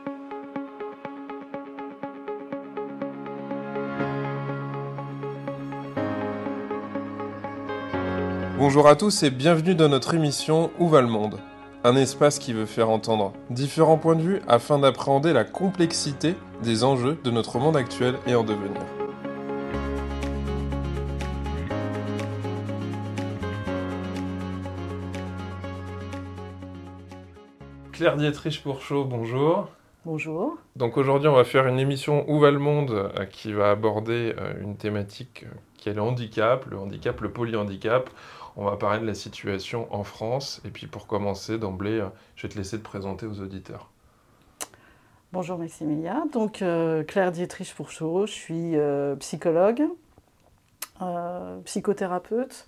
Bonjour à tous et bienvenue dans notre émission Où va le monde ? Un espace qui veut faire entendre différents points de vue afin d'appréhender la complexité des enjeux de notre monde actuel et en devenir. Claire Dietrich-Pourchaud, bonjour. Bonjour. Donc aujourd'hui on va faire une émission Où va le monde qui va aborder une thématique qui est le handicap, le polyhandicap. On va parler de la situation en France. Et puis pour commencer, d'emblée, je vais te laisser te présenter aux auditeurs. Bonjour Maximilia. Donc Claire Dietrich-Pourchaud, je suis psychologue, psychothérapeute,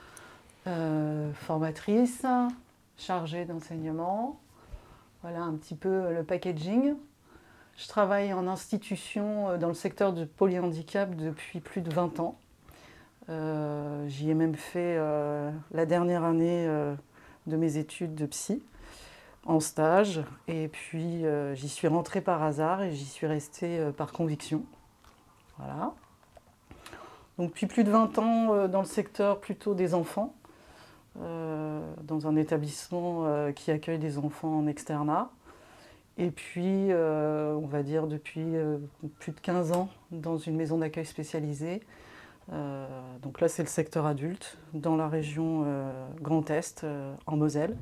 formatrice, chargée d'enseignement. Voilà un petit peu le packaging. Je travaille en institution dans le secteur du polyhandicap depuis plus de 20 ans. J'y ai même fait la dernière année de mes études de psy en stage, et puis j'y suis rentrée par hasard et j'y suis restée par conviction. Voilà. Donc depuis plus de 20 ans dans le secteur plutôt des enfants, dans un établissement qui accueille des enfants en externat. Et puis, on va dire depuis plus de 15 ans dans une maison d'accueil spécialisée. Donc là, c'est le secteur adulte, dans la région Grand Est, en Moselle.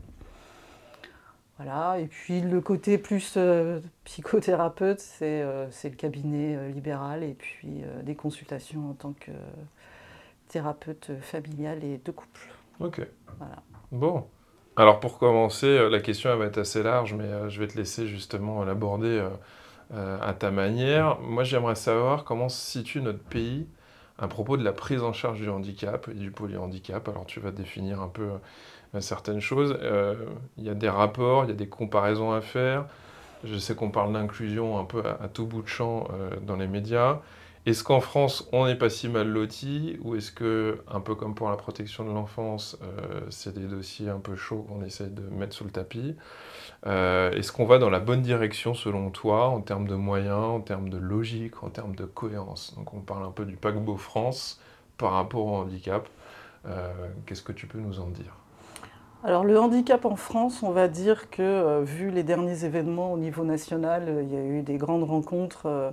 Voilà. Et puis le côté plus psychothérapeute, c'est le cabinet libéral et puis des consultations en tant que thérapeute familiale et de couple. Ok. Voilà. Bon. Alors pour commencer, la question elle va être assez large, mais je vais te laisser justement l'aborder à ta manière. Moi, j'aimerais savoir comment se situe notre pays à propos de la prise en charge du handicap et du polyhandicap. Alors tu vas définir un peu certaines choses. Il y a des rapports, il y a des comparaisons à faire. Je sais qu'on parle d'inclusion un peu à tout bout de champ dans les médias. Est-ce qu'en France, on n'est pas si mal loti, ou est-ce que, un peu comme pour la protection de l'enfance, c'est des dossiers un peu chauds qu'on essaie de mettre sous le tapis? Est-ce qu'on va dans la bonne direction selon toi, en termes de moyens, en termes de logique, en termes de cohérence? Donc on parle un peu du paquebot France par rapport au handicap. Qu'est-ce que tu peux nous en dire? Alors le handicap en France, on va dire que vu les derniers événements au niveau national, il y a eu des grandes rencontres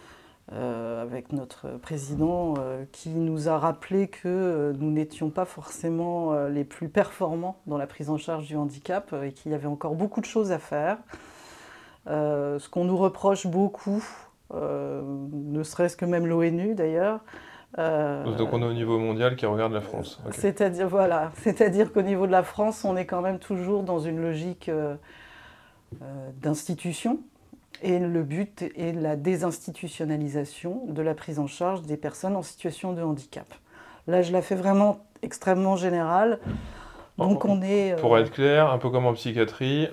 avec notre président qui nous a rappelé que nous n'étions pas forcément les plus performants dans la prise en charge du handicap et qu'il y avait encore beaucoup de choses à faire. Ce qu'on nous reproche beaucoup, ne serait-ce que même l'ONU d'ailleurs. Donc on est au niveau mondial qui regarde la France. Okay. C'est-à-dire qu'au niveau de la France, on est quand même toujours dans une logique d'institution. Et le but est la désinstitutionnalisation de la prise en charge des personnes en situation de handicap. Là, je la fais vraiment extrêmement générale. Donc on est, Pour être clair, un peu comme en psychiatrie,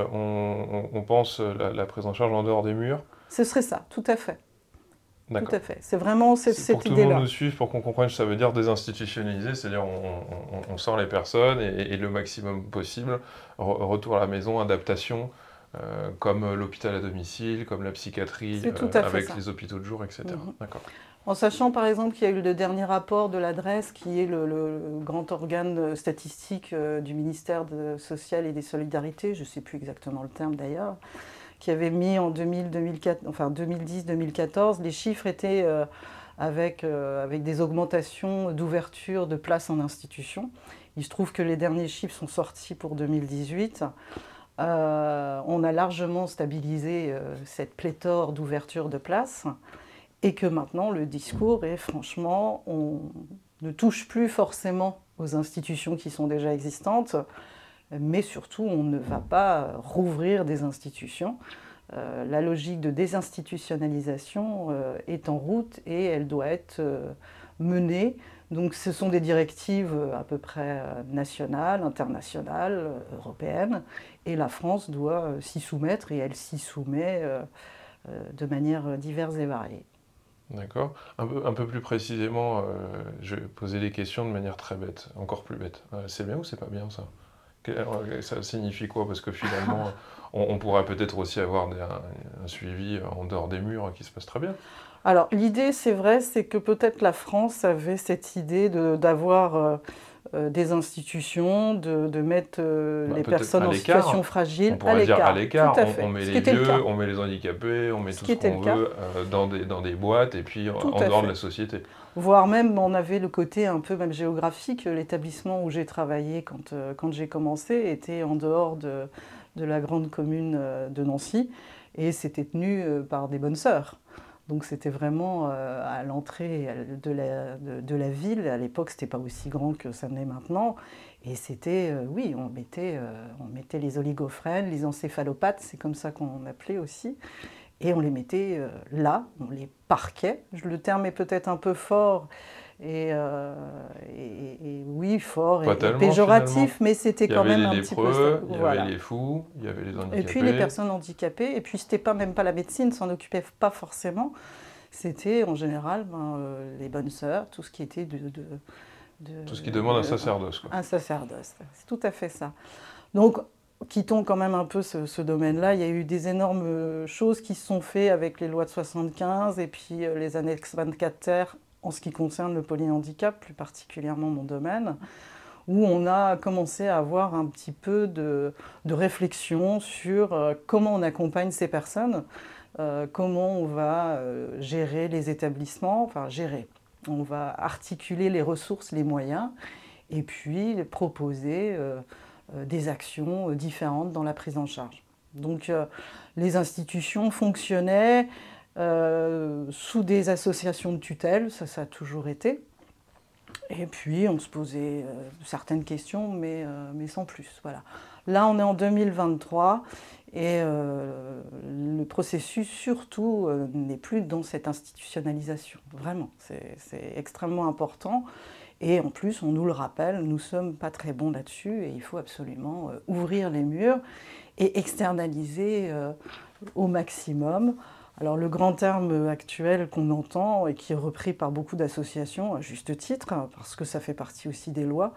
on pense la prise en charge en dehors des murs. Ce serait ça, tout à fait. D'accord. Tout à fait. C'est vraiment cette idée-là. Pour que tout le monde nous suive, pour qu'on comprenne, ça veut dire désinstitutionnaliser, c'est-à-dire on sort les personnes et le maximum possible, retour à la maison, adaptation, comme l'hôpital à domicile, comme la psychiatrie avec les hôpitaux de jour, etc. D'accord. En sachant par exemple qu'il y a eu le dernier rapport de l'adresse, qui est le grand organe statistique du ministère social et des solidarités, je ne sais plus exactement le terme d'ailleurs, qui avait mis en 2010-2014, les chiffres étaient avec des augmentations d'ouverture de places en institution. Il se trouve que les derniers chiffres sont sortis pour 2018. On a largement stabilisé cette pléthore d'ouverture de places et que maintenant le discours est franchement, on ne touche plus forcément aux institutions qui sont déjà existantes, mais surtout on ne va pas rouvrir des institutions. La logique de désinstitutionnalisation est en route et elle doit être menée. Donc ce sont des directives à peu près nationales, internationales, européennes, et la France doit s'y soumettre et elle s'y soumet de manière diverse et variée. D'accord. Un peu plus précisément, je vais poser des questions de manière très bête, encore plus bête. C'est bien ou c'est pas bien ça? Ça signifie quoi? Parce que finalement, On pourra peut-être aussi avoir un suivi en dehors des murs qui se passe très bien. Alors, l'idée, c'est vrai, c'est que peut-être la France avait cette idée d'avoir des institutions, de mettre Bah, les peut-être personnes à en situation l'écart. On fragile à pourrait dire à l'écart. Tout l'écart, à on fait. met Ce qui les était le vieux, cas. on met les handicapés, on met Ce tout qui ce était le qu'on cas. veut dans des boîtes et puis Tout en à dehors de la fait. société. Voire même, on avait le côté un peu même géographique. L'établissement où j'ai travaillé quand j'ai commencé était en dehors de la grande commune de Nancy et c'était tenu par des bonnes sœurs. Donc c'était vraiment à l'entrée de la ville. À l'époque, c'était pas aussi grand que ça l'est maintenant. Et c'était, oui, on mettait les oligophrènes, les encéphalopathes, c'est comme ça qu'on appelait aussi. Et on les mettait là, on les parquait. Le terme est peut-être un peu fort et oui, fort Pas et tellement finalement. péjoratif, mais c'était Il y quand avait même les un petit peu ça. lépreux, il y avait Voilà. les fous, il y avait les Et puis les handicapés. personnes handicapées, et puis c'était pas même pas la médecine, s'en occupait pas forcément. C'était en général les bonnes sœurs, tout ce qui était Tout ce qui demande un sacerdoce, quoi. un sacerdoce. C'est tout à fait ça. Donc, quittons quand même un peu ce domaine-là. Il y a eu des énormes choses qui se sont faites avec les lois de 75 et puis les annexes 24 terres en ce qui concerne le polyhandicap, plus particulièrement mon domaine, où on a commencé à avoir un petit peu de réflexion sur comment on accompagne ces personnes, comment on va gérer les établissements, enfin gérer. On va articuler les ressources, les moyens, et puis proposer des actions différentes dans la prise en charge. Donc les institutions fonctionnaient sous des associations de tutelle, ça a toujours été. Et puis on se posait certaines questions, mais sans plus. Voilà. Là, on est en 2023 et le processus surtout n'est plus dans cette institutionnalisation. Vraiment, c'est extrêmement important. Et en plus, on nous le rappelle, nous ne sommes pas très bons là-dessus et il faut absolument ouvrir les murs et externaliser au maximum. Alors le grand terme actuel qu'on entend et qui est repris par beaucoup d'associations, à juste titre, parce que ça fait partie aussi des lois,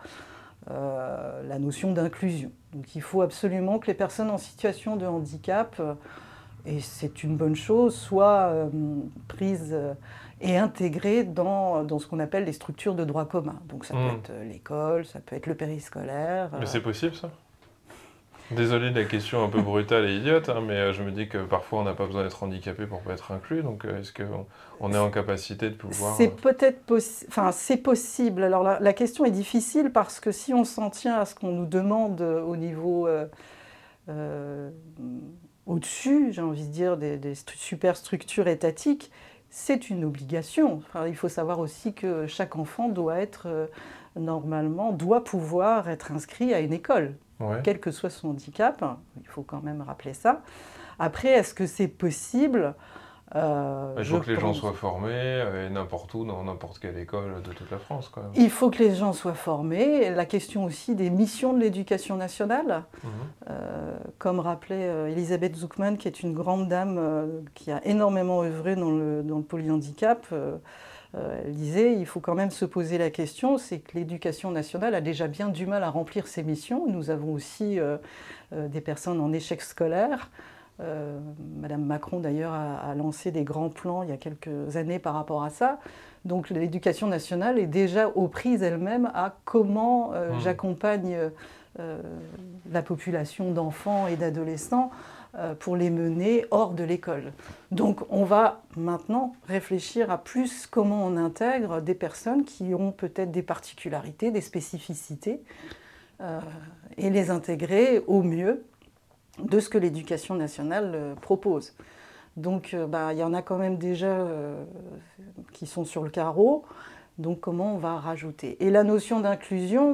la notion d'inclusion. Donc il faut absolument que les personnes en situation de handicap, et c'est une bonne chose, soient prises et intégrées dans ce qu'on appelle les structures de droit commun. Donc ça peut être l'école, ça peut être le périscolaire. Mais c'est possible ça? Désolé de la question un peu brutale et idiote, hein, mais je me dis que parfois on n'a pas besoin d'être handicapé pour pas être inclus, donc est-ce qu'on est en capacité de pouvoir... C'est peut-être enfin, c'est possible. Alors la question est difficile parce que si on s'en tient à ce qu'on nous demande au niveau euh, au-dessus, j'ai envie de dire, des superstructures étatiques, c'est une obligation. Enfin, il faut savoir aussi que chaque enfant doit être, normalement, doit pouvoir être inscrit à une école, Ouais. quel que soit son handicap. Il faut quand même rappeler ça. Après, est-ce que c'est possible? Il Je faut que les gens pense. soient formés, et n'importe où, dans n'importe quelle école de toute la France, quand même. Il faut que les gens soient formés. La question aussi des missions de l'éducation nationale, Mhm. comme rappelait Elisabeth Zuckman, qui est une grande dame qui a énormément œuvré dans le polyhandicap. Elle disait il faut quand même se poser la question, c'est que l'éducation nationale a déjà bien du mal à remplir ses missions. Nous avons aussi des personnes en échec scolaire. Madame Macron d'ailleurs a lancé des grands plans il y a quelques années par rapport à ça. Donc l'éducation nationale est déjà aux prises elle-même à comment j'accompagne la population d'enfants et d'adolescents pour les mener hors de l'école. Donc on va maintenant réfléchir à plus comment on intègre des personnes qui ont peut-être des particularités, des spécificités, et les intégrer au mieux de ce que l'éducation nationale propose. Donc il y en a quand même déjà qui sont sur le carreau. Donc comment on va rajouter? Et la notion d'inclusion,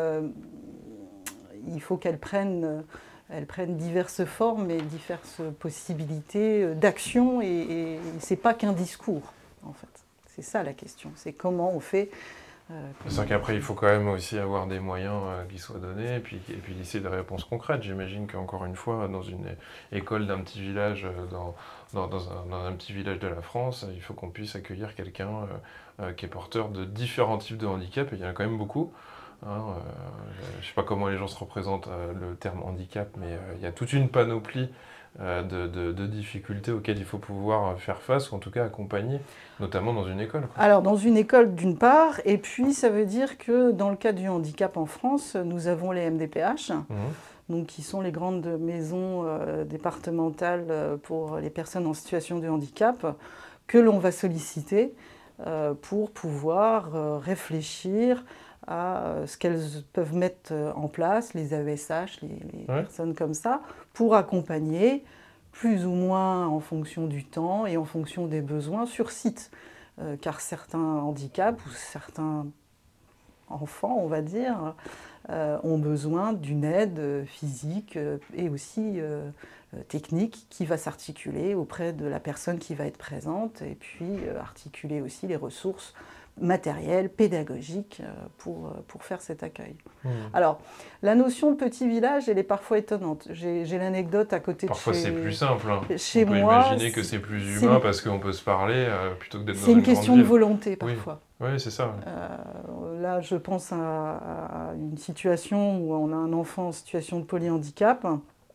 il faut qu'elle prenne diverses formes et diverses possibilités d'action. Et ce n'est pas qu'un discours, en fait. C'est ça la question. C'est comment on fait. C'est sûr qu'après, il faut quand même aussi avoir des moyens qui soient donnés, et puis essayer des réponses concrètes. J'imagine qu'encore une fois, dans une école d'un petit village, dans un petit village de la France, il faut qu'on puisse accueillir quelqu'un qui est porteur de différents types de handicap, et il y en a quand même beaucoup. Hein, je ne sais pas comment les gens se représentent le terme handicap, mais il y a toute une panoplie de difficultés auxquelles il faut pouvoir faire face, ou en tout cas accompagner, notamment dans une école, quoi. Alors, dans une école, d'une part, et puis ça veut dire que dans le cas du handicap en France, nous avons les MDPH, Mhm. donc, qui sont les grandes maisons départementales pour les personnes en situation de handicap, que l'on va solliciter pour pouvoir réfléchir à ce qu'elles peuvent mettre en place, les AESH, les Ouais. personnes comme ça, pour accompagner plus ou moins en fonction du temps et en fonction des besoins sur site. Car certains handicaps ou certains enfants, on va dire, ont besoin d'une aide physique et aussi technique qui va s'articuler auprès de la personne qui va être présente et puis articuler aussi les ressources matérielles, pédagogiques pour faire cet accueil. Mhm. Alors, la notion de petit village, elle est parfois étonnante. J'ai l'anecdote à côté de Parfois c'est plus chez, simple, hein. chez On peut moi. imaginer que c'est plus humain parce qu'on peut se parler plutôt que d'être dans C'est une une grande question de ville. volonté Oui, parfois. oui, c'est ça. Là, je pense à une situation où on a un enfant en situation de polyhandicap.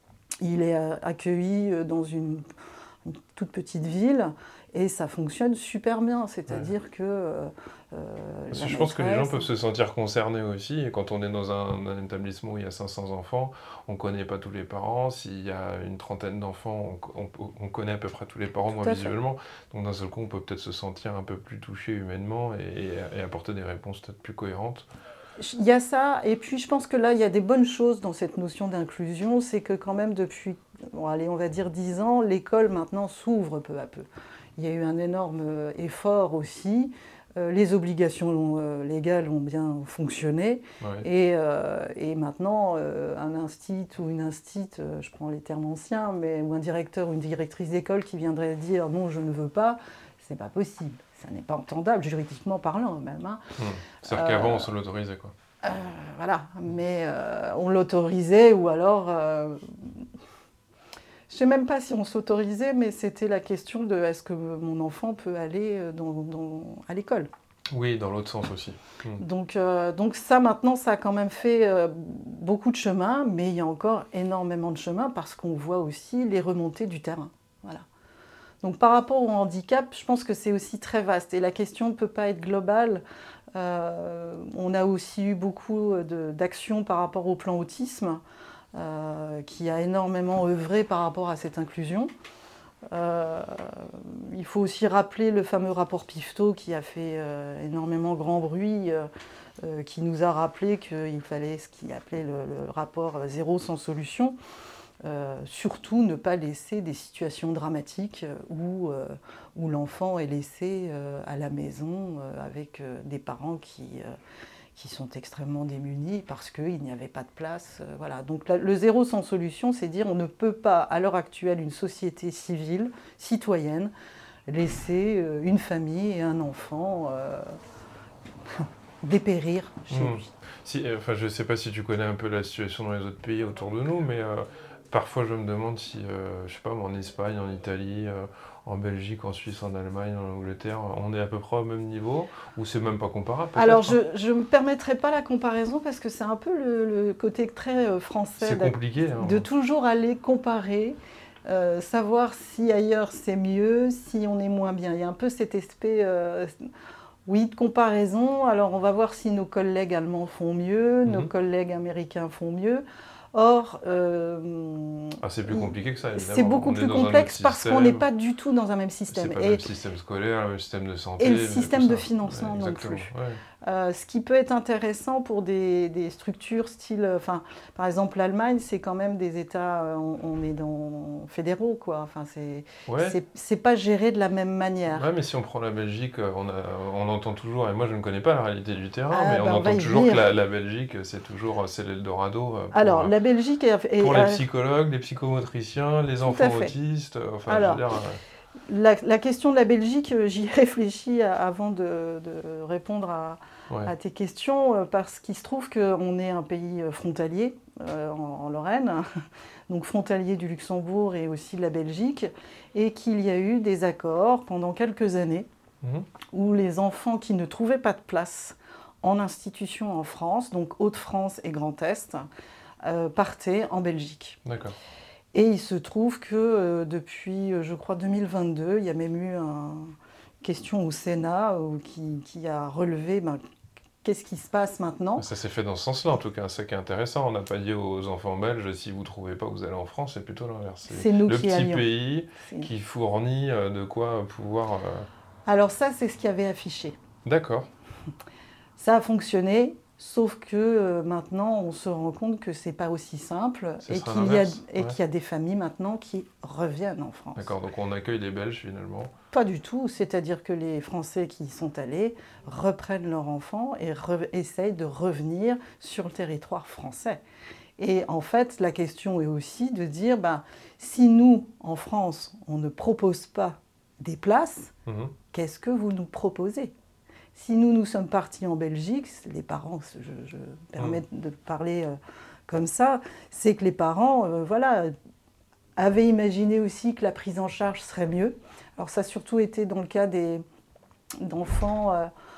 Il est accueilli dans une toute petite ville et ça fonctionne super bien. C'est-à-dire Ouais. que Parce la que je pense que les gens maîtresse... peuvent se sentir concernés aussi. Et quand on est dans un établissement où il y a 500 enfants, on ne connaît pas tous les parents. S'il y a une trentaine d'enfants, on connaît à peu près tous les parents, moins Tout à fait. visuellement. Donc d'un seul coup, on peut peut-être se sentir un peu plus touché humainement et apporter des réponses peut-être plus cohérentes. Il y a ça, et puis je pense que là, il y a des bonnes choses dans cette notion d'inclusion, c'est que quand même depuis, bon, allez, on va dire 10 ans, l'école maintenant s'ouvre peu à peu. Il y a eu un énorme effort aussi, les obligations légales ont bien fonctionné, Ouais. et maintenant, un instit ou une instit, je prends les termes anciens, mais, ou un directeur ou une directrice d'école qui viendrait dire non, je ne veux pas, c'est pas possible. Ça n'est pas entendable, juridiquement parlant même, hein. C'est-à-dire qu'avant, on se l'autorisait, quoi. Voilà, mais on l'autorisait ou alors, je ne sais même pas si on s'autorisait, mais c'était la question de est-ce que mon enfant peut aller à l'école. Oui, dans l'autre sens aussi. Donc ça maintenant, ça a quand même fait beaucoup de chemin, mais il y a encore énormément de chemin parce qu'on voit aussi les remontées du terrain. Voilà. Donc par rapport au handicap, je pense que c'est aussi très vaste et la question ne peut pas être globale. On a aussi eu beaucoup d'actions par rapport au plan autisme, qui a énormément œuvré par rapport à cette inclusion. Il faut aussi rappeler le fameux rapport Pifto qui a fait énormément grand bruit, qui nous a rappelé qu'il fallait ce qu'il appelait le rapport zéro sans solution. Surtout ne pas laisser des situations dramatiques où l'enfant est laissé à la maison avec des parents qui sont extrêmement démunis parce qu'il n'y avait pas de place. Voilà. Donc le zéro sans solution, c'est dire on ne peut pas, à l'heure actuelle, une société civile, citoyenne, laisser une famille et un enfant dépérir chez Hmm. lui. Enfin, je ne sais pas si tu connais un peu la situation dans les autres pays autour de nous, mais parfois je me demande si, je sais pas, en Espagne, en Italie, en Belgique, en Suisse, en Allemagne, en Angleterre, on est à peu près au même niveau, ou c'est même pas comparable Alors, peut-être, hein. je ne me permettrai pas la comparaison parce que c'est un peu le côté très français C'est compliqué, hein. de toujours aller comparer, savoir si ailleurs c'est mieux, si on est moins bien. Il y a un peu cet aspect, oui, de comparaison. Alors, on va voir si nos collègues allemands font mieux, nos Mhm. collègues américains font mieux. Or, Ah, c'est plus compliqué que ça, c'est évidemment. beaucoup On est plus dans un autre complexe parce qu'on n'est système, pas du tout dans un même c'est système. pas le même système scolaire, le même système de Et santé, le tout système de ça. financement Ouais, non exactement, plus. ouais. Ce qui peut être intéressant pour des structures style, enfin, par exemple l'Allemagne, c'est quand même des États, on est dans fédéraux, quoi. Enfin, Ouais. c'est pas géré de la même manière. Ouais, mais si on prend la Belgique, on entend toujours, et moi je ne connais pas la réalité du terrain, Ah, mais on ben, on va entend y toujours que venir. la Belgique, c'est l'Eldorado Alors, la Belgique pour les psychologues, les psychomotriciens, les tout à enfants fait. autistes, enfin je veux Alors, dire, la question de la Belgique, j'y réfléchis avant de répondre ouais. à tes questions, parce qu'il se trouve qu'on est un pays frontalier en Lorraine, donc frontalier du Luxembourg et aussi de la Belgique, et qu'il y a eu des accords pendant quelques années Mhm. où les enfants qui ne trouvaient pas de place en institution en France, donc Hauts-de-France et Grand Est, partaient en Belgique. D'accord. Et il se trouve que depuis, je crois, 2022, il y a même eu une question au Sénat qui a relevé qu'est-ce qui se passe maintenant. Ça s'est fait dans ce sens-là, en tout cas. C'est ça qui est intéressant. On n'a pas dit aux enfants belges, si vous ne trouvez pas, vous allez en France. C'est plutôt l'inverse. C'est nous le qui petit allions. pays qui fournit de quoi pouvoir... Alors ça, c'est ce qu'il y avait affiché. D'accord. Ça a fonctionné, sauf que maintenant, on se rend compte que c'est pas aussi simple et qu'il y a des familles maintenant qui reviennent en France. D'accord, donc on accueille les Belges finalement. Pas du tout, c'est-à-dire que les Français qui y sont allés reprennent leurs enfants et essayent de revenir sur le territoire français. Et en fait, la question est aussi de dire, si nous, en France, on ne propose pas des places, qu'est-ce que vous nous proposez ? Si nous sommes partis en Belgique, les parents, je me permets de parler comme ça, c'est que les parents avaient imaginé aussi que la prise en charge serait mieux. Alors ça a surtout été dans le cas d'enfants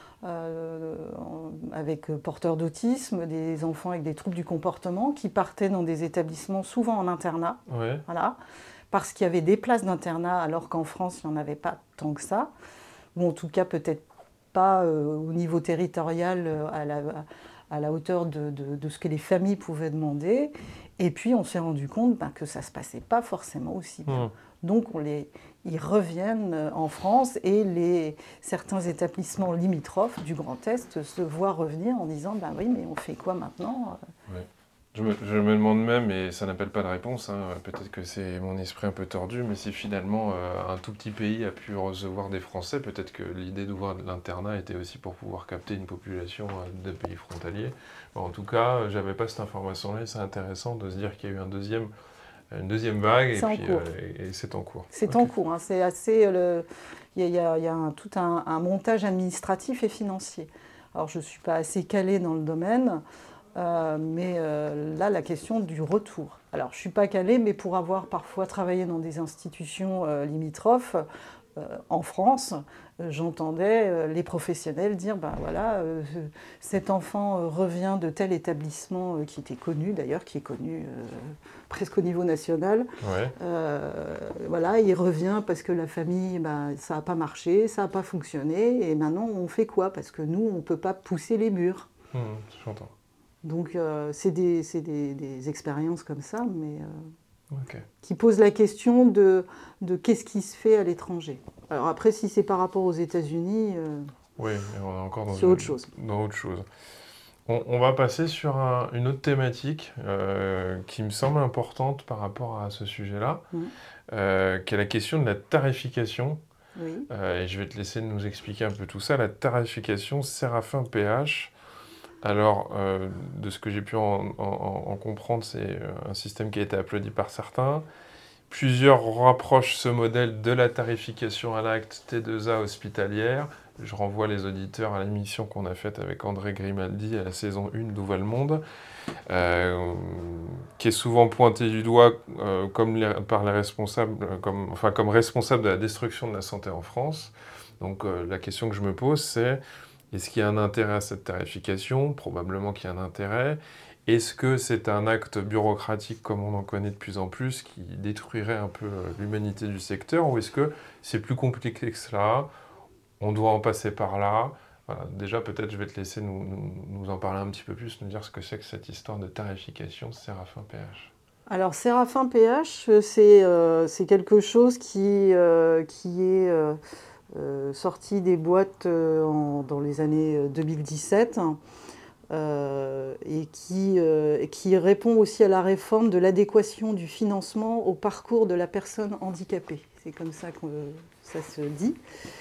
avec porteurs d'autisme, des enfants avec des troubles du comportement qui partaient dans des établissements souvent en internat, voilà, parce qu'il y avait des places d'internat alors qu'en France il n'y en avait pas tant que ça, ou en tout cas peut-être pas au niveau territorial à la hauteur de ce que les familles pouvaient demander. Et puis on s'est rendu compte que ça ne se passait pas forcément aussi bien. Donc ils reviennent en France et certains établissements limitrophes du Grand Est se voient revenir en disant oui, mais on fait quoi maintenant ? Je me demande même, et ça n'appelle pas de réponse, peut-être que c'est mon esprit un peu tordu, mais si finalement un tout petit pays a pu recevoir des Français, peut-être que l'idée d'ouvrir l'internat était aussi pour pouvoir capter une population de pays frontaliers. Bon, en tout cas, j'avais pas cette information-là et c'est intéressant de se dire qu'il y a eu une deuxième vague et c'est en cours. C'est en cours, c'est assez... Il y a tout un montage administratif et financier. Alors je ne suis pas assez calée dans le domaine, mais là, la question du retour. Alors, je ne suis pas calée, mais pour avoir parfois travaillé dans des institutions limitrophes, en France, j'entendais les professionnels dire cet enfant revient de tel établissement qui était connu d'ailleurs, qui est connu presque au niveau national. Il revient parce que la famille, ça n'a pas marché, ça n'a pas fonctionné, et maintenant on fait quoi ? Parce que nous, on ne peut pas pousser les murs. J'entends. Donc c'est des expériences comme ça, mais qui posent la question de qu'est-ce qui se fait à l'étranger. Alors après, si c'est par rapport aux États-Unis, oui, mais on est encore c'est autre chose. Dans autre chose. On va passer sur une autre thématique qui me semble importante par rapport à ce sujet-là, qui est la question de la tarification. Oui. Et je vais te laisser nous expliquer un peu tout ça. La tarification Séraphin PH. Alors, de ce que j'ai pu en comprendre, c'est un système qui a été applaudi par certains. Plusieurs rapprochent ce modèle de la tarification à l'acte T2A hospitalière. Je renvoie les auditeurs à l'émission qu'on a faite avec André Grimaldi à la saison 1 d'Où va le monde, qui est souvent pointé du doigt par les responsables, comme responsable de la destruction de la santé en France. Donc la question que je me pose, c'est: est-ce qu'il y a un intérêt à cette tarification ? Probablement qu'il y a un intérêt. Est-ce que c'est un acte bureaucratique comme on en connaît de plus en plus qui détruirait un peu l'humanité du secteur ? Ou est-ce que c'est plus compliqué que cela ? On doit en passer par là. Voilà. Déjà, peut-être je vais te laisser nous en parler un petit peu plus, nous dire ce que c'est que cette histoire de tarification Séraphin PH. Alors Séraphin PH, c'est quelque chose qui est... sorti des boîtes dans les années 2017 et qui répond aussi à la réforme de l'adéquation du financement au parcours de la personne handicapée. C'est comme ça que ça se dit.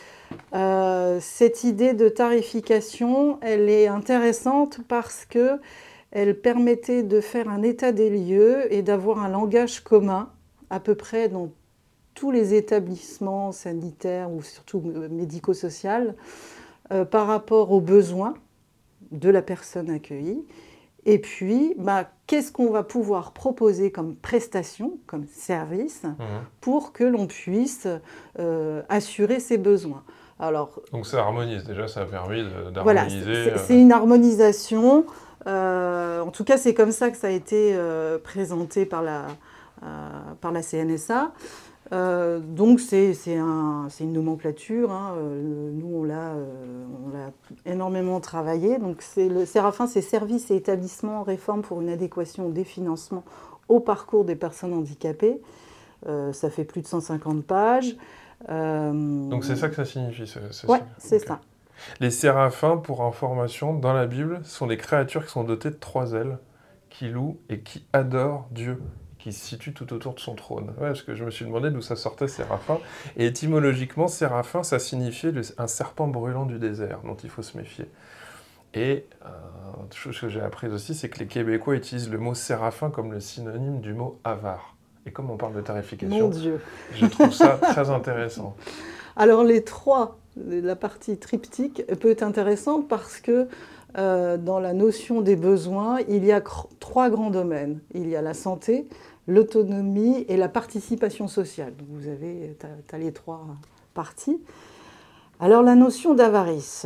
Cette idée de tarification, elle est intéressante parce qu'elle permettait de faire un état des lieux et d'avoir un langage commun à peu près dans tous les établissements sanitaires ou surtout médico-sociaux par rapport aux besoins de la personne accueillie. Et puis, qu'est-ce qu'on va pouvoir proposer comme prestation, comme service, pour que l'on puisse assurer ses besoins. Alors, Donc ça harmonise, déjà ça a permis voilà, d'harmoniser. c'est une harmonisation. En tout cas, c'est comme ça que ça a été présenté par la CNSA. Donc c'est une nomenclature, hein. Nous on l'a énormément travaillé. Donc le Séraphin, c'est Services et établissements réforme pour une adéquation des financements au parcours des personnes handicapées. Ça fait plus de 150 pages. Donc c'est ça que ça signifie, Ouais, c'est Ok. ça. Les séraphins, pour information, dans la Bible, sont des créatures qui sont dotées de 3 ailes, qui louent et qui adorent Dieu, qui se situent tout autour de son trône. Ouais, parce que je me suis demandé d'où ça sortait, séraphin. Et étymologiquement, séraphin, ça signifiait un serpent brûlant du désert, dont il faut se méfier. Et autre chose que j'ai apprise aussi, c'est que les Québécois utilisent le mot séraphin comme le synonyme du mot avare. Et comme on parle de Mon tarification, Dieu. je trouve ça très intéressant. Alors la partie triptyque peut être intéressante parce que dans la notion des besoins, il y a 3 grands domaines. Il y a la santé, l'autonomie et la participation sociale. Donc vous avez, t'as les 3 parties. Alors la notion d'avarice.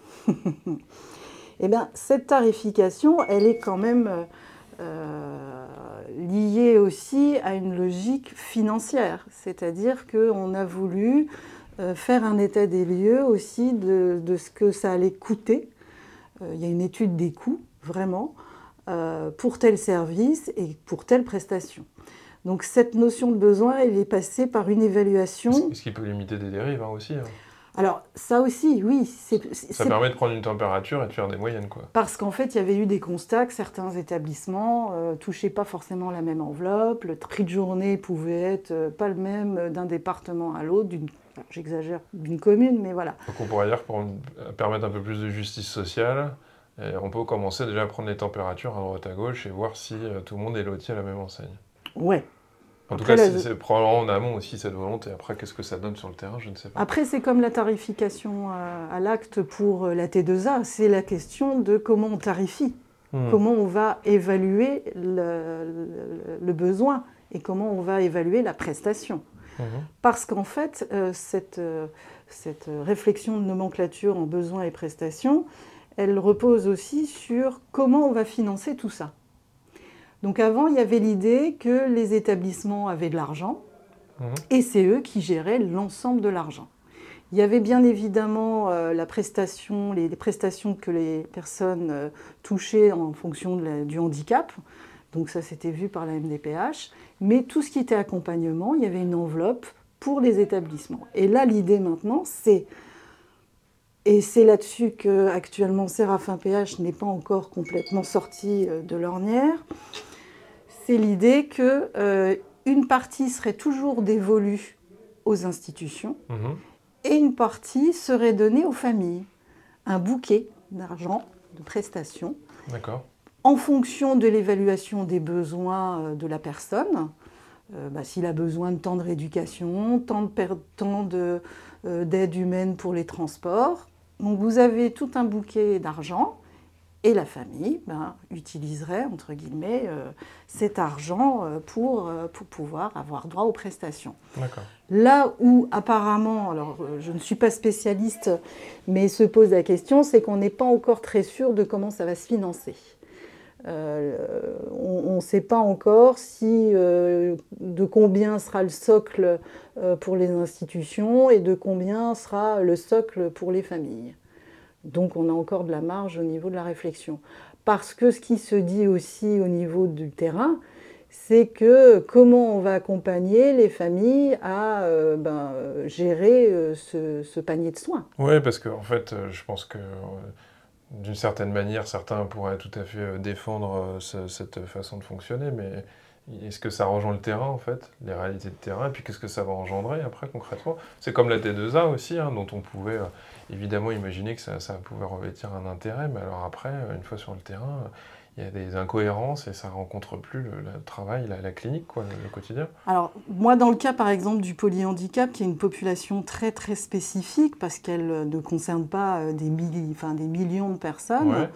Eh bien, cette tarification, elle est quand même liée aussi à une logique financière. C'est-à-dire qu'on a voulu faire un état des lieux aussi de ce que ça allait coûter. Il y a une étude des coûts, vraiment, pour tel service et pour telle prestation. Donc cette notion de besoin, elle est passée par une évaluation. Ce qui peut limiter des dérives aussi. Alors ça aussi, oui. Ça permet de prendre une température et de faire des moyennes, quoi. Parce qu'en fait, il y avait eu des constats que certains établissements ne touchaient pas forcément la même enveloppe. Le prix de journée pouvait être pas le même d'un département à l'autre, j'exagère, d'une commune, mais voilà. Donc on pourrait dire que pour permettre un peu plus de justice sociale, on peut commencer déjà à prendre les températures à droite à gauche et voir si tout le monde est loti à la même enseigne. Ouais. En Après, tout cas, c'est probablement en amont aussi cette volonté. Après, qu'est-ce que ça donne sur le terrain, je ne sais pas. Après, c'est comme la tarification à l'acte pour la T2A, c'est la question de comment on tarifie, comment on va évaluer le besoin et comment on va évaluer la prestation. Parce qu'en fait, cette réflexion de nomenclature en besoin et prestation, elle repose aussi sur comment on va financer tout ça. Donc avant, il y avait l'idée que les établissements avaient de l'argent et c'est eux qui géraient l'ensemble de l'argent. Il y avait bien évidemment les prestations que les personnes touchaient en fonction du handicap. Donc ça, c'était vu par la MDPH. Mais tout ce qui était accompagnement, il y avait une enveloppe pour les établissements. Et là, l'idée maintenant, et c'est là-dessus qu'actuellement Séraphin PH n'est pas encore complètement sorti de l'ornière, c'est l'idée qu'une partie serait toujours dévolue aux institutions et une partie serait donnée aux familles. Un bouquet d'argent, de prestations, en fonction de l'évaluation des besoins de la personne. S'il a besoin de temps de rééducation, temps d'aide humaine pour les transports. Donc vous avez tout un bouquet d'argent et la famille utiliserait, entre guillemets, cet argent pour pouvoir avoir droit aux prestations. Là où apparemment, alors je ne suis pas spécialiste, mais se pose la question, c'est qu'on n'est pas encore très sûr de comment ça va se financer. On ne sait pas encore de combien sera le socle pour les institutions et de combien sera le socle pour les familles. Donc on a encore de la marge au niveau de la réflexion. Parce que ce qui se dit aussi au niveau du terrain, c'est que comment on va accompagner les familles à gérer ce panier de soins. Oui, parce qu'en fait, je pense que d'une certaine manière, certains pourraient tout à fait défendre cette façon de fonctionner, mais est-ce que ça rejoint le terrain, en fait, les réalités de terrain, et puis qu'est-ce que ça va engendrer après, concrètement? C'est comme la T2A aussi, dont on pouvait évidemment imaginer que ça pouvait revêtir un intérêt, mais alors après, une fois sur le terrain, il y a des incohérences et ça ne rencontre plus le travail, la clinique, quoi, le quotidien. Alors, moi, dans le cas, par exemple, du polyhandicap, qui est une population très, très spécifique, parce qu'elle ne concerne pas des millions de personnes,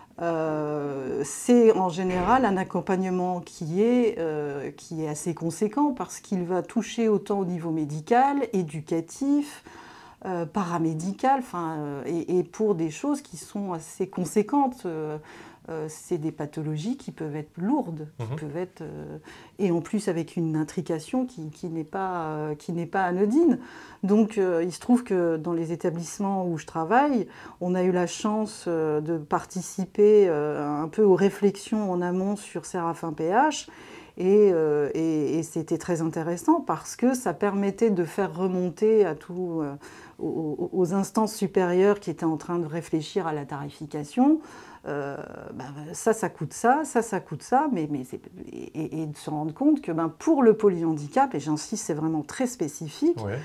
c'est en général un accompagnement qui est assez conséquent, parce qu'il va toucher autant au niveau médical, éducatif, paramédicales, et pour des choses qui sont assez conséquentes. C'est des pathologies qui peuvent être lourdes, et en plus avec une intrication qui n'est pas anodine. Donc il se trouve que dans les établissements où je travaille, on a eu la chance de participer un peu aux réflexions en amont sur Séraphin PH, et c'était très intéressant parce que ça permettait de faire remonter aux instances supérieures qui étaient en train de réfléchir à la tarification. Ça coûte ça, ça coûte ça, et de se rendre compte que pour le polyhandicap, et j'insiste, c'est vraiment très spécifique, Ouais.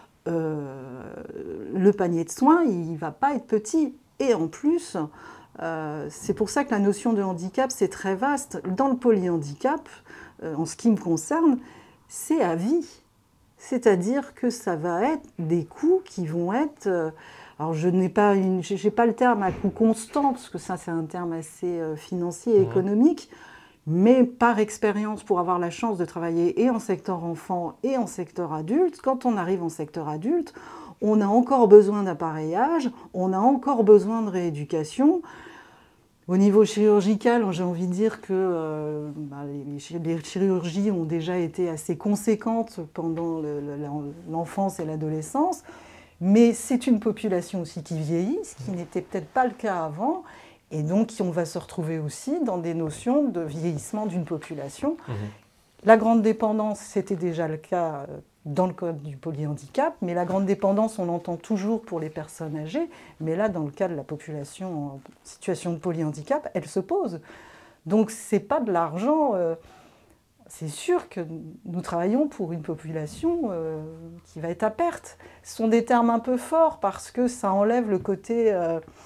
Le panier de soins, il ne va pas être petit. Et en plus, c'est pour ça que la notion de handicap, c'est très vaste. Dans le polyhandicap, en ce qui me concerne, c'est à vie. C'est-à-dire que ça va être des coûts qui vont être... alors, je n'ai pas, j'ai pas le terme à coût constant, parce que ça, c'est un terme assez financier et économique, mais par expérience, pour avoir la chance de travailler et en secteur enfant et en secteur adulte, quand on arrive en secteur adulte, on a encore besoin d'appareillage, on a encore besoin de rééducation. Au niveau chirurgical, j'ai envie de dire que les chirurgies ont déjà été assez conséquentes pendant l'enfance et l'adolescence, mais c'est une population aussi qui vieillit, ce qui n'était peut-être pas le cas avant, et donc on va se retrouver aussi dans des notions de vieillissement d'une population. La grande dépendance, c'était déjà le cas dans le code du polyhandicap, mais la grande dépendance, on l'entend toujours pour les personnes âgées, mais là, dans le cas de la population en situation de polyhandicap, elle se pose. Donc, ce n'est pas de l'argent. C'est sûr que nous travaillons pour une population qui va être à perte. Ce sont des termes un peu forts parce que ça enlève le côté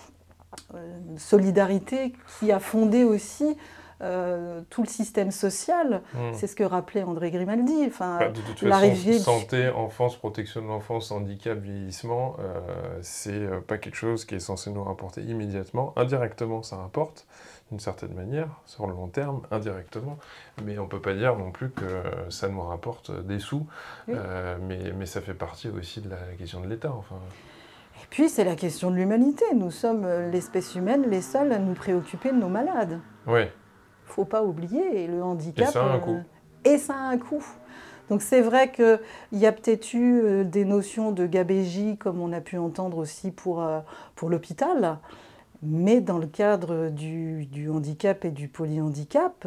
solidarité qui a fondé aussi tout le système social. C'est ce que rappelait André Grimaldi. De toute façon, santé, enfance, protection de l'enfance, handicap, vieillissement, c'est pas quelque chose qui est censé nous rapporter immédiatement. Indirectement, ça rapporte, d'une certaine manière, sur le long terme, indirectement. Mais on peut pas dire non plus que ça nous rapporte des sous. Oui. Mais ça fait partie aussi de la question de l'État. Et puis, c'est la question de l'humanité. Nous sommes l'espèce humaine les seuls à nous préoccuper de nos malades. Oui. Il ne faut pas oublier, le handicap... Et ça a un coût. Et ça a un coût. Donc c'est vrai qu'il y a peut-être eu des notions de gabegie, comme on a pu entendre aussi pour l'hôpital, mais dans le cadre du handicap et du polyhandicap,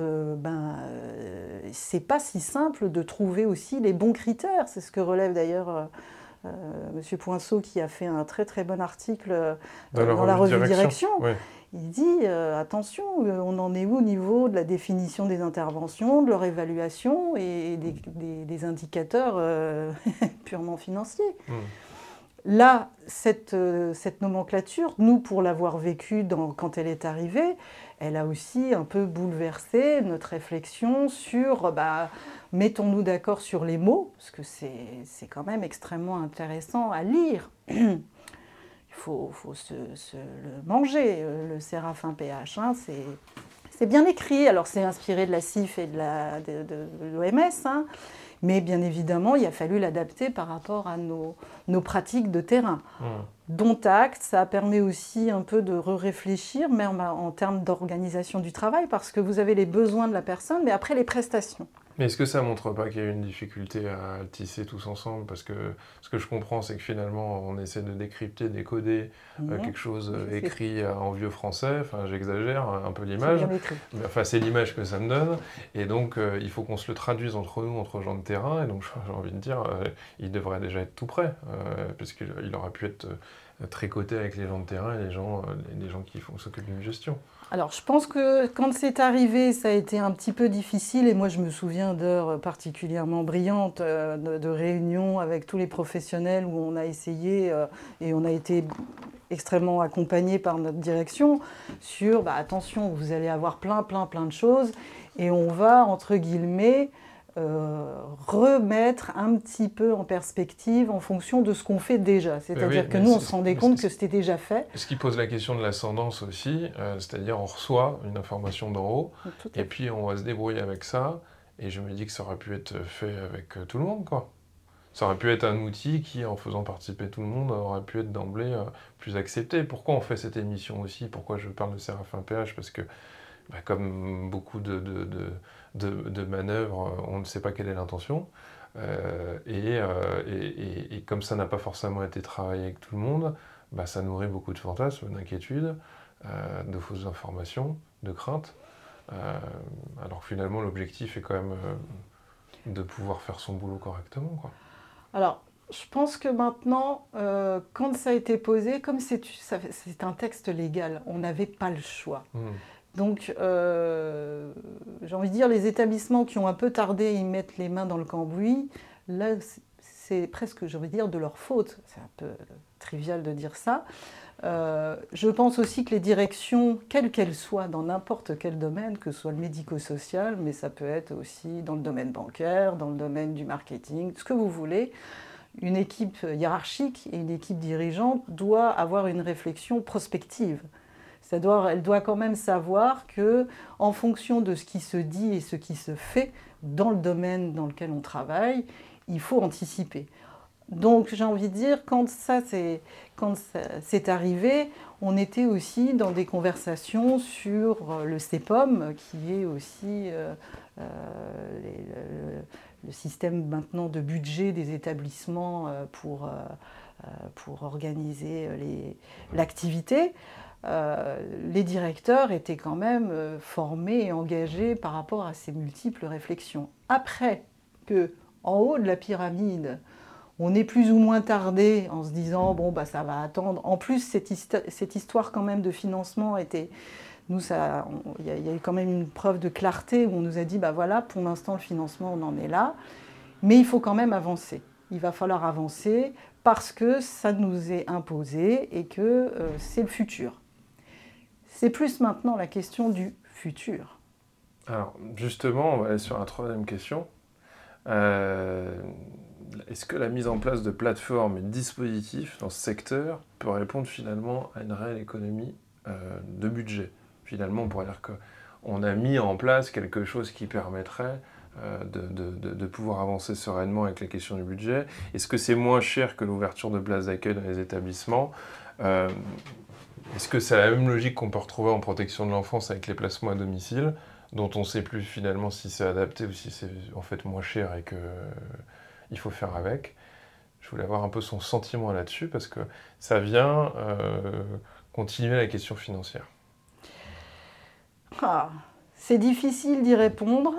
c'est pas si simple de trouver aussi les bons critères. C'est ce que relève d'ailleurs... Monsieur Poinceau, qui a fait un très très bon article dans la revue Direction, oui. Il dit attention, on en est où au niveau de la définition des interventions, de leur évaluation et des indicateurs purement financiers. Là, cette nomenclature, nous, pour l'avoir vécue quand elle est arrivée, elle a aussi un peu bouleversé notre réflexion sur mettons-nous d'accord sur les mots, parce que c'est quand même extrêmement intéressant à lire. Il faut le manger, le Séraphin PH. C'est bien écrit. Alors, c'est inspiré de la CIF et de l'OMS, mais bien évidemment, il a fallu l'adapter par rapport à nos pratiques de terrain. Dont acte, ça permet aussi un peu de réfléchir, mais en termes d'organisation du travail, parce que vous avez les besoins de la personne, mais après les prestations. Mais est-ce que ça ne montre pas qu'il y a une difficulté à tisser tous ensemble? Parce que ce que je comprends, c'est que finalement, on essaie de décrypter, décoder quelque chose écrit en vieux français. Enfin, j'exagère un peu l'image. C'est bien écrit. Enfin, c'est l'image que ça me donne. Et donc, il faut qu'on se le traduise entre nous, entre gens de terrain. Et donc, j'ai envie de dire, il devrait déjà être tout prêt. Parce qu'il aurait pu être tricoté avec les gens de terrain et les gens qui s'occupent d'une gestion. Alors, je pense que quand c'est arrivé, ça a été un petit peu difficile. Et moi, je me souviens d'heures particulièrement brillantes, de réunions avec tous les professionnels où on a essayé, et on a été extrêmement accompagnés par notre direction, sur attention, vous allez avoir plein de choses. Et on va, entre guillemets, remettre un petit peu en perspective en fonction de ce qu'on fait déjà. C'est-à-dire que nous, on se rendait compte que c'était déjà fait. Ce qui pose la question de l'ascendance aussi, c'est-à-dire on reçoit une information d'en haut, et puis on va se débrouiller avec ça, et je me dis que ça aurait pu être fait avec tout le monde, quoi. Ça aurait pu être un outil qui, en faisant participer tout le monde, aurait pu être d'emblée plus accepté. Pourquoi on fait cette émission aussi? Pourquoi je parle de Séraphin PH? Parce que, comme beaucoup de manœuvres, on ne sait pas quelle est l'intention. Et comme ça n'a pas forcément été travaillé avec tout le monde, ça nourrit beaucoup de fantasmes, d'inquiétudes, de fausses informations, de craintes. Alors que finalement, l'objectif est quand même de pouvoir faire son boulot correctement, quoi. Alors, je pense que maintenant, quand ça a été posé, comme c'est un texte légal, on n'avait pas le choix. Donc, j'ai envie de dire, les établissements qui ont un peu tardé à y mettre les mains dans le cambouis, là, c'est presque, j'ai envie de dire, de leur faute. C'est un peu trivial de dire ça. Je pense aussi que les directions, quelles qu'elles soient, dans n'importe quel domaine, que ce soit le médico-social, mais ça peut être aussi dans le domaine bancaire, dans le domaine du marketing, ce que vous voulez, une équipe hiérarchique et une équipe dirigeante doit avoir une réflexion prospective. Elle doit quand même savoir que, en fonction de ce qui se dit et ce qui se fait dans le domaine dans lequel on travaille, il faut anticiper. Donc j'ai envie de dire, quand ça c'est arrivé, on était aussi dans des conversations sur le CEPOM, qui est aussi le système maintenant de budget des établissements pour organiser l'activité. Les directeurs étaient quand même formés et engagés par rapport à ces multiples réflexions. Après que, en haut de la pyramide, on est plus ou moins tardé en se disant bon ça va attendre. En plus, cette histoire quand même de financement était, il y a eu quand même une preuve de clarté où on nous a dit voilà, pour l'instant le financement on en est là, mais il faut quand même avancer. Il va falloir avancer parce que ça nous est imposé et que c'est le futur. C'est plus maintenant la question du futur. Alors, justement, on va aller sur la troisième question. Est-ce que la mise en place de plateformes et de dispositifs dans ce secteur peut répondre finalement à une réelle économie de budget? Finalement, on pourrait dire qu'on a mis en place quelque chose qui permettrait de pouvoir avancer sereinement avec la question du budget. Est-ce que c'est moins cher que l'ouverture de places d'accueil dans les établissements? Est-ce que c'est la même logique qu'on peut retrouver en protection de l'enfance avec les placements à domicile, dont on ne sait plus finalement si c'est adapté ou si c'est en fait moins cher et qu'il faut faire avec? Je voulais avoir un peu son sentiment là-dessus parce que ça vient continuer la question financière. C'est difficile d'y répondre,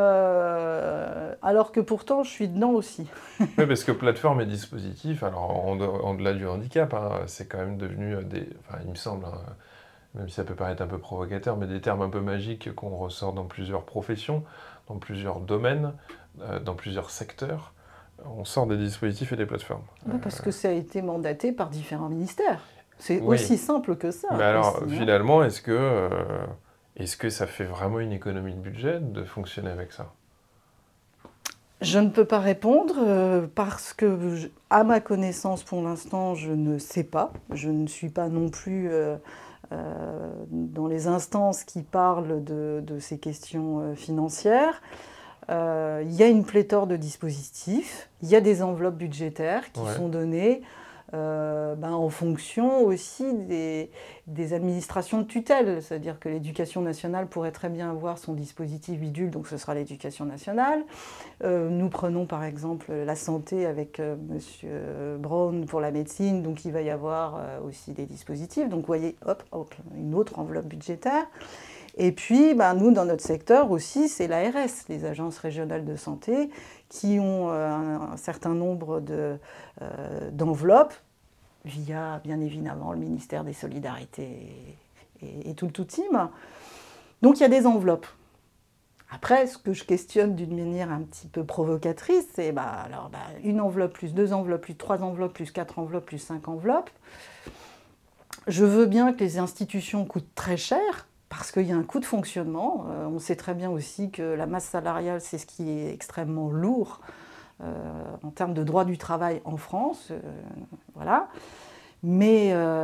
alors que pourtant je suis dedans aussi. Oui, parce que plateforme et dispositif, alors en-delà du handicap, c'est quand même devenu il me semble, même si ça peut paraître un peu provocateur, mais des termes un peu magiques qu'on ressort dans plusieurs professions, dans plusieurs domaines, dans plusieurs secteurs. On sort des dispositifs et des plateformes. Parce que ça a été mandaté par différents ministères. C'est aussi simple que ça. Mais alors, finalement, est-ce que ça fait vraiment une économie de budget de fonctionner avec ça? Je ne peux pas répondre parce que, à ma connaissance, pour l'instant, je ne sais pas. Je ne suis pas non plus dans les instances qui parlent de ces questions financières. Il y a une pléthore de dispositifs, il y a des enveloppes budgétaires qui sont données en fonction aussi des administrations de tutelle. C'est-à-dire que l'éducation nationale pourrait très bien avoir son dispositif bidule, donc ce sera l'éducation nationale. Nous prenons par exemple la santé avec M. Braun pour la médecine, donc il va y avoir aussi des dispositifs. Donc vous voyez, hop, une autre enveloppe budgétaire. Et puis, nous, dans notre secteur aussi, c'est l'ARS, les agences régionales de santé, qui ont un certain nombre d'enveloppes, via, bien évidemment, le ministère des Solidarités et tout le tout team. Donc, il y a des enveloppes. Après, ce que je questionne d'une manière un petit peu provocatrice, c'est une enveloppe, plus deux enveloppes, plus trois enveloppes, plus quatre enveloppes, plus cinq enveloppes. Je veux bien que les institutions coûtent très cher, parce qu'il y a un coût de fonctionnement. On sait très bien aussi que la masse salariale, c'est ce qui est extrêmement lourd en termes de droit du travail en France. Voilà. Mais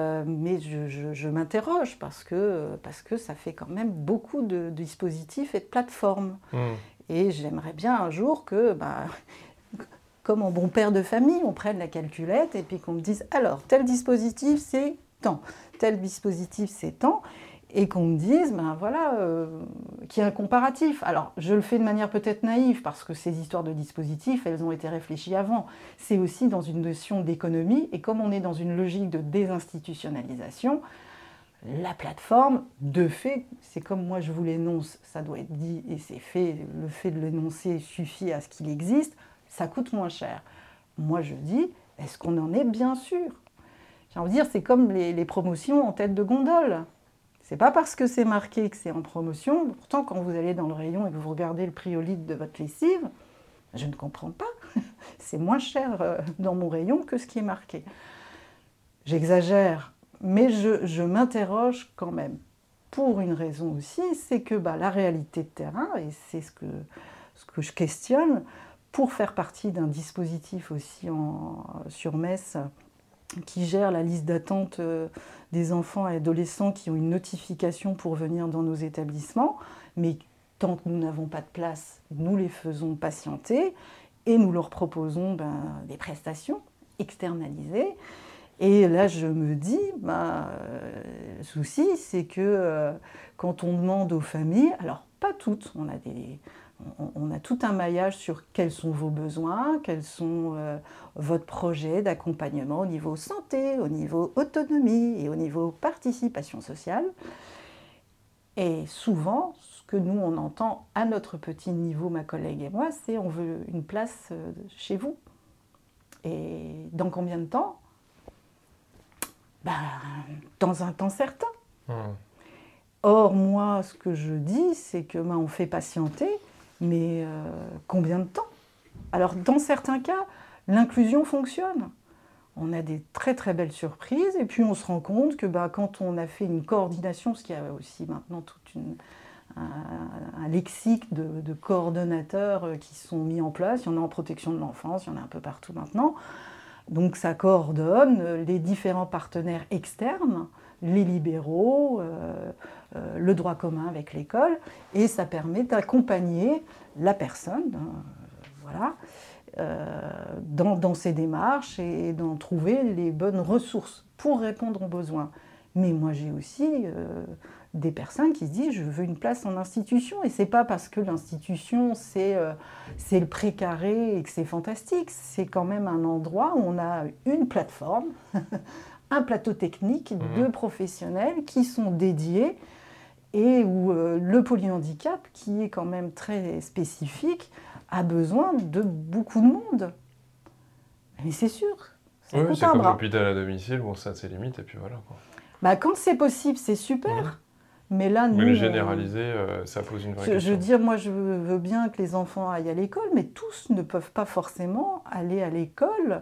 je m'interroge parce que ça fait quand même beaucoup de dispositifs et de plateformes. Et j'aimerais bien un jour que, comme en bon père de famille, on prenne la calculette et puis qu'on me dise, alors, tel dispositif, c'est tant, tel dispositif, c'est tant, et qu'on me dise, ben voilà, qu'il y a un comparatif. Alors, je le fais de manière peut-être naïve, parce que ces histoires de dispositifs, elles ont été réfléchies avant. C'est aussi dans une notion d'économie, et comme on est dans une logique de désinstitutionnalisation, la plateforme, de fait, c'est comme moi je vous l'énonce, ça doit être dit et c'est fait, le fait de l'énoncer suffit à ce qu'il existe, ça coûte moins cher. Moi je dis, est-ce qu'on en est bien sûr? J'ai envie de dire, c'est comme les promotions en tête de gondole. C'est pas parce que c'est marqué que c'est en promotion, pourtant quand vous allez dans le rayon et que vous regardez le prix au litre de votre lessive, je ne comprends pas, c'est moins cher dans mon rayon que ce qui est marqué. J'exagère, mais je m'interroge quand même. Pour une raison aussi, c'est que la réalité de terrain, et c'est ce que je questionne, pour faire partie d'un dispositif aussi sur Metz qui gère la liste d'attente des enfants et adolescents qui ont une notification pour venir dans nos établissements, mais tant que nous n'avons pas de place, nous les faisons patienter et nous leur proposons des prestations externalisées. Et là, je me dis, le souci, c'est que quand on demande aux familles, alors pas toutes, on a tout un maillage sur quels sont vos besoins, quels sont votre projet d'accompagnement au niveau santé, au niveau autonomie et au niveau participation sociale. Et souvent, ce que nous, on entend à notre petit niveau, ma collègue et moi, c'est on veut une place chez vous. Et dans combien de temps ? Dans un temps certain. Or, moi, ce que je dis, c'est que on fait patienter, mais combien de temps? Alors, dans certains cas, l'inclusion fonctionne. On a des très très belles surprises, et puis on se rend compte que quand on a fait une coordination, parce qu'il y a aussi maintenant un lexique de coordonnateurs qui sont mis en place, il y en a en protection de l'enfance, il y en a un peu partout maintenant. Donc ça coordonne les différents partenaires externes, les libéraux, le droit commun avec l'école, et ça permet d'accompagner la personne dans ses démarches et d'en trouver les bonnes ressources pour répondre aux besoins. Mais moi j'ai aussi des personnes qui se disent je veux une place en institution, et c'est pas parce que l'institution c'est le précaré et que c'est fantastique, c'est quand même un endroit où on a une plateforme, un plateau technique de professionnels qui sont dédiés, et où le polyhandicap, qui est quand même très spécifique, a besoin de beaucoup de monde. Mais c'est sûr, ça coûte c'est un comme bras. l'hôpital à domicile, bon ça a ses limites et puis voilà quoi. Quand c'est possible, c'est super. Mais là, nous, mais le généraliser, ça pose une vraie question. Je veux dire, moi, je veux bien que les enfants aillent à l'école, mais tous ne peuvent pas forcément aller à l'école.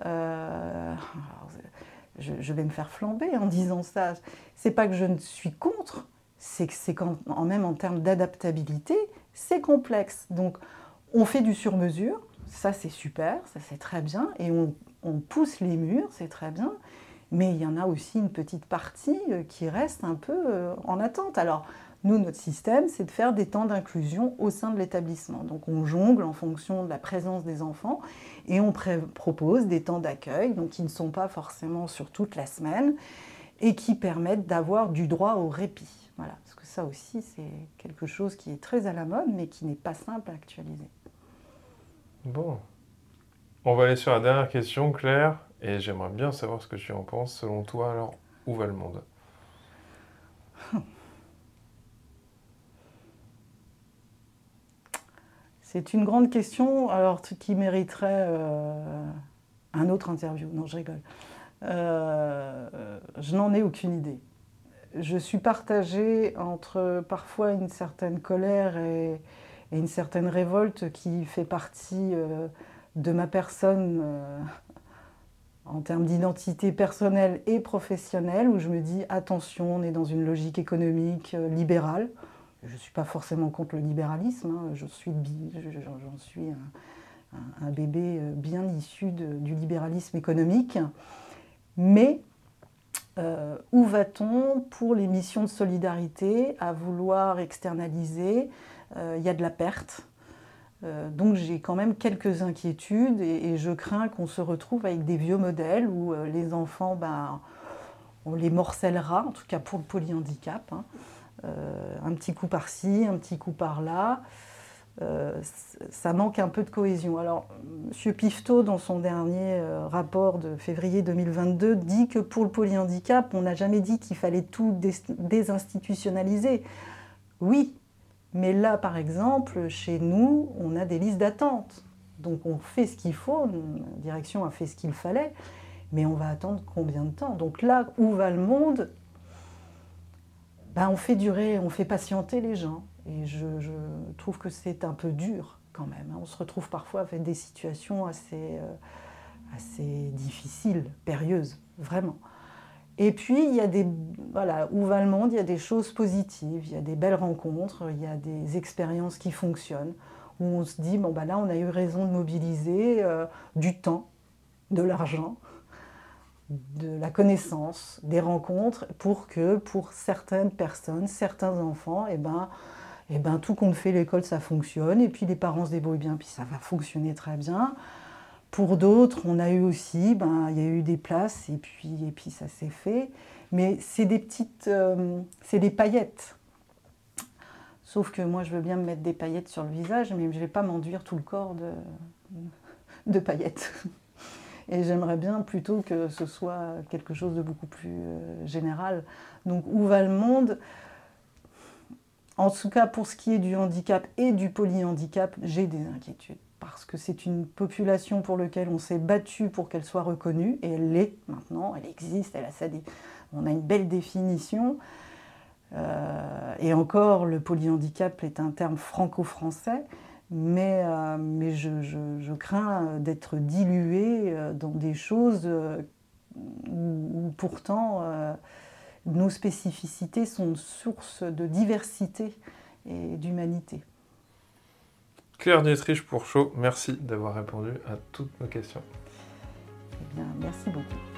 Je vais me faire flamber en disant ça. C'est pas que je ne suis contre, c'est que c'est même en termes d'adaptabilité, c'est complexe. Donc, on fait du sur-mesure, ça c'est super, ça c'est très bien, et on pousse les murs, c'est très bien. Mais il y en a aussi une petite partie qui reste un peu en attente. Alors, nous, notre système, c'est de faire des temps d'inclusion au sein de l'établissement. Donc, on jongle en fonction de la présence des enfants et on propose des temps d'accueil, donc qui ne sont pas forcément sur toute la semaine et qui permettent d'avoir du droit au répit. Voilà, parce que ça aussi, c'est quelque chose qui est très à la mode, mais qui n'est pas simple à actualiser. Bon. On va aller sur la dernière question, Claire. Et j'aimerais bien savoir ce que tu en penses. Selon toi, alors, où va le monde ? C'est une grande question, alors qui mériterait un autre interview. Non, je rigole. Je n'en ai aucune idée. Je suis partagée entre parfois une certaine colère et une certaine révolte qui fait partie de ma personne en termes d'identité personnelle et professionnelle, où je me dis attention, on est dans une logique économique libérale. Je ne suis pas forcément contre le libéralisme, hein. J'en suis un bébé bien issu du libéralisme économique. Mais où va-t-on pour les missions de solidarité à vouloir externaliser ? Il y a de la perte. Donc j'ai quand même quelques inquiétudes et je crains qu'on se retrouve avec des vieux modèles où les enfants, on les morcellera, en tout cas pour le polyhandicap, hein. Un petit coup par-ci, un petit coup par-là. Ça manque un peu de cohésion. Alors, M. Pifteau, dans son dernier rapport de février 2022, dit que pour le polyhandicap, on n'a jamais dit qu'il fallait tout désinstitutionnaliser. Oui, mais là, par exemple, chez nous, on a des listes d'attente. Donc on fait ce qu'il faut, la direction a fait ce qu'il fallait, mais on va attendre combien de temps? Donc là, où va le monde? On fait durer, on fait patienter les gens. Et je trouve que c'est un peu dur quand même. On se retrouve parfois avec des situations assez difficiles, périlleuses, vraiment. Et puis, il y a voilà, où va le monde? Il y a des choses positives, il y a des belles rencontres, il y a des expériences qui fonctionnent, où on se dit, là, on a eu raison de mobiliser du temps, de l'argent, de la connaissance, des rencontres, pour que pour certaines personnes, certains enfants, tout compte fait, l'école, ça fonctionne, et puis les parents se débrouillent bien, puis ça va fonctionner très bien. Pour d'autres, on a eu aussi, il y a eu des places, et puis ça s'est fait. Mais c'est des petites, c'est des paillettes. Sauf que moi, je veux bien me mettre des paillettes sur le visage, mais je ne vais pas m'enduire tout le corps de paillettes. Et j'aimerais bien plutôt que ce soit quelque chose de beaucoup plus général. Donc, où va le monde? En tout cas, pour ce qui est du handicap et du polyhandicap, j'ai des inquiétudes. Parce que c'est une population pour laquelle on s'est battu pour qu'elle soit reconnue, et elle l'est maintenant, elle existe, on a une belle définition. Et encore, le polyhandicap est un terme franco-français, mais je crains d'être diluée dans des choses où pourtant nos spécificités sont source de diversité et d'humanité. Claire Dietrich pour Chaud, merci d'avoir répondu à toutes nos questions. Eh bien, merci beaucoup.